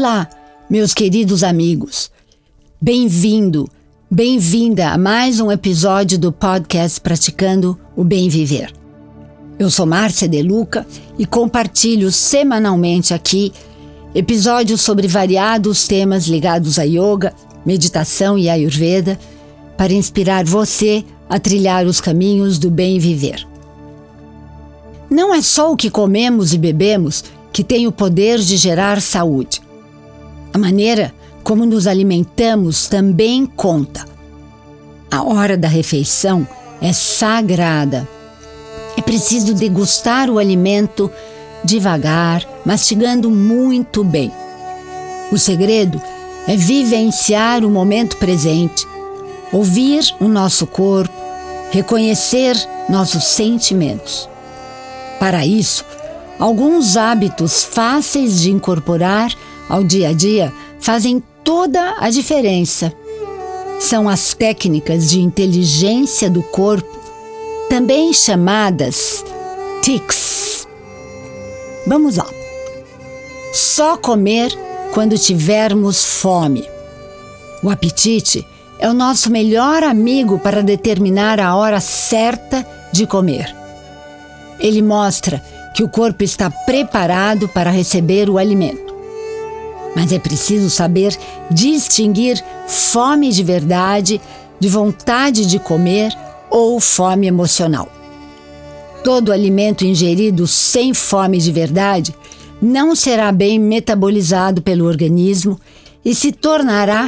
Olá, meus queridos amigos. Bem-vindo, bem-vinda a mais um episódio do podcast Praticando o Bem Viver. Eu sou Márcia De Luca e compartilho semanalmente aqui episódios sobre variados temas ligados a yoga, meditação e ayurveda para inspirar você a trilhar os caminhos do bem viver. Não é só o que comemos e bebemos que tem o poder de gerar saúde. A maneira como nos alimentamos também conta. A hora da refeição é sagrada. É preciso degustar o alimento devagar, mastigando muito bem. O segredo é vivenciar o momento presente, ouvir o nosso corpo, reconhecer nossos sentimentos. Para isso, alguns hábitos fáceis de incorporar ao dia a dia fazem toda a diferença. São as técnicas de inteligência do corpo, também chamadas TICs. Vamos lá. Só comer quando tivermos fome. O apetite é o nosso melhor amigo para determinar a hora certa de comer. Ele mostra que o corpo está preparado para receber o alimento. Mas é preciso saber distinguir fome de verdade de vontade de comer ou fome emocional. Todo alimento ingerido sem fome de verdade não será bem metabolizado pelo organismo e se tornará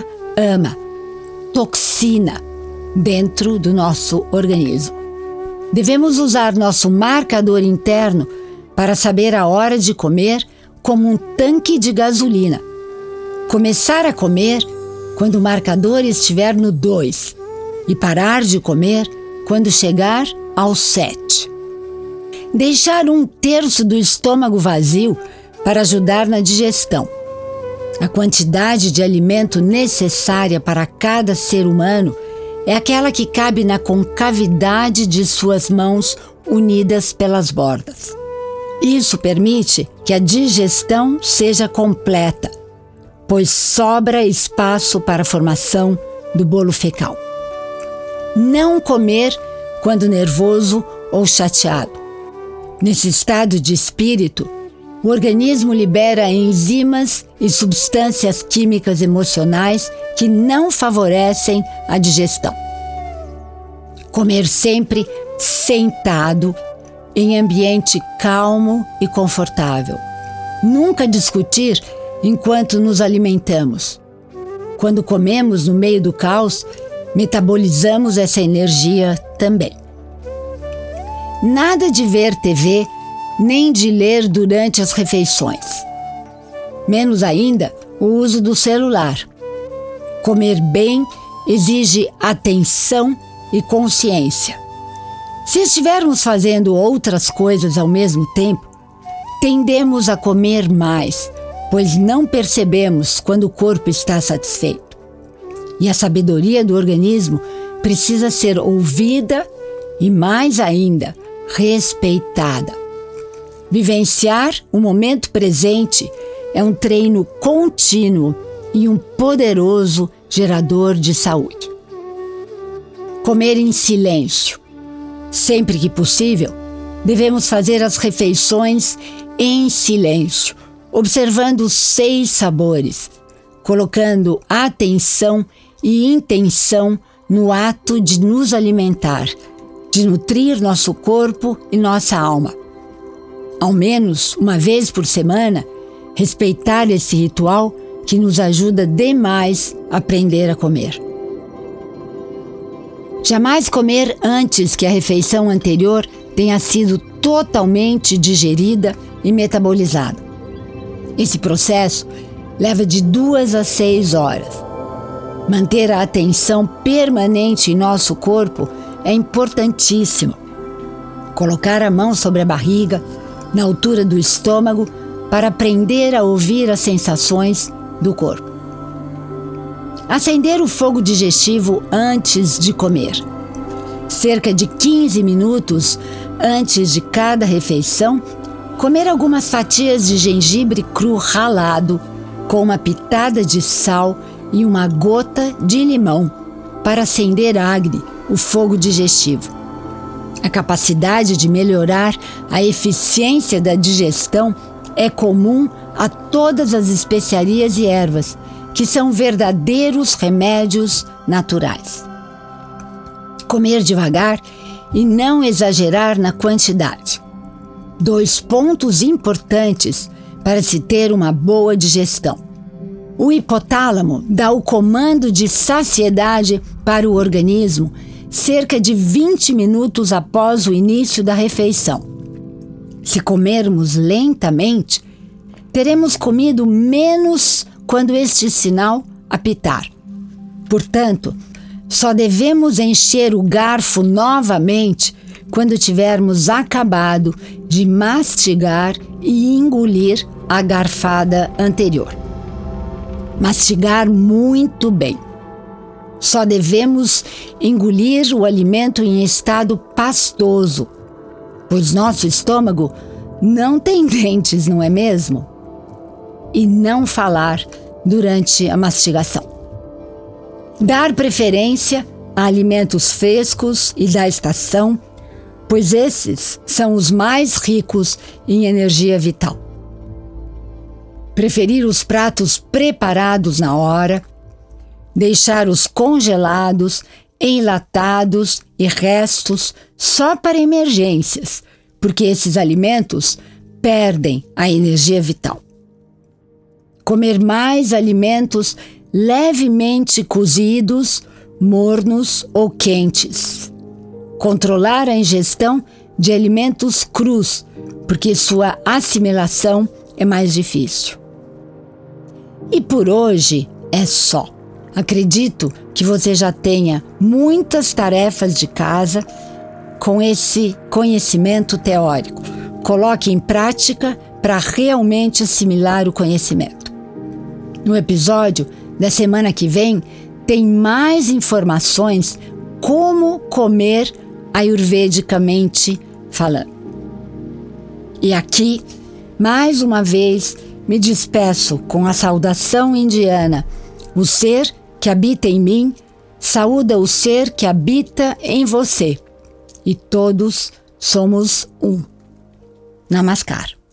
toxina, dentro do nosso organismo. Devemos usar nosso marcador interno para saber a hora de comer como um tanque de gasolina. Começar a comer quando o marcador estiver no 2 e parar de comer quando chegar ao 7. Deixar 1/3 do estômago vazio para ajudar na digestão. A quantidade de alimento necessária para cada ser humano é aquela que cabe na concavidade de suas mãos unidas pelas bordas. Isso permite que a digestão seja completa, pois sobra espaço para a formação do bolo fecal. Não comer quando nervoso ou chateado. Nesse estado de espírito, o organismo libera enzimas e substâncias químicas emocionais que não favorecem a digestão. Comer sempre sentado, em ambiente calmo e confortável. Nunca discutir enquanto nos alimentamos. Quando comemos no meio do caos, metabolizamos essa energia também. Nada de ver TV, nem de ler durante as refeições. Menos ainda o uso do celular. Comer bem exige atenção e consciência. Se estivermos fazendo outras coisas ao mesmo tempo, tendemos a comer mais, pois não percebemos quando o corpo está satisfeito. E a sabedoria do organismo precisa ser ouvida e, mais ainda, respeitada. Vivenciar o momento presente é um treino contínuo e um poderoso gerador de saúde. Comer em silêncio. Sempre que possível, devemos fazer as refeições em silêncio, observando os 6 sabores, colocando atenção e intenção no ato de nos alimentar, de nutrir nosso corpo e nossa alma. Ao menos uma vez por semana, respeitar esse ritual que nos ajuda demais a aprender a comer. Jamais comer antes que a refeição anterior tenha sido totalmente digerida e metabolizada. Esse processo leva de 2 a 6 horas. Manter a atenção permanente em nosso corpo é importantíssimo. Colocar a mão sobre a barriga, na altura do estômago, para aprender a ouvir as sensações do corpo. Acender o fogo digestivo antes de comer. Cerca de 15 minutos antes de cada refeição, comer algumas fatias de gengibre cru ralado com uma pitada de sal e uma gota de limão para acender agre, o fogo digestivo. A capacidade de melhorar a eficiência da digestão é comum a todas as especiarias e ervas, que são verdadeiros remédios naturais. Comer devagar e não exagerar na quantidade. 2 pontos importantes para se ter uma boa digestão. O hipotálamo dá o comando de saciedade para o organismo cerca de 20 minutos após o início da refeição. Se comermos lentamente, teremos comido menos quando este sinal apitar. Portanto, só devemos encher o garfo novamente quando tivermos acabado de mastigar e engolir a garfada anterior. Mastigar muito bem. Só devemos engolir o alimento em estado pastoso, pois nosso estômago não tem dentes, não é mesmo? E não falar durante a mastigação. Dar preferência a alimentos frescos e da estação, pois esses são os mais ricos em energia vital. Preferir os pratos preparados na hora, deixar os congelados, enlatados e restos só para emergências, porque esses alimentos perdem a energia vital. Comer mais alimentos levemente cozidos, mornos ou quentes. Controlar a ingestão de alimentos crus, porque sua assimilação é mais difícil. E por hoje é só. Acredito que você já tenha muitas tarefas de casa com esse conhecimento teórico. Coloque em prática para realmente assimilar o conhecimento. No episódio da semana que vem, tem mais informações como comer ayurvedicamente falando. E aqui, mais uma vez, me despeço com a saudação indiana. O ser que habita em mim saúda o ser que habita em você. E todos somos um. Namaskar.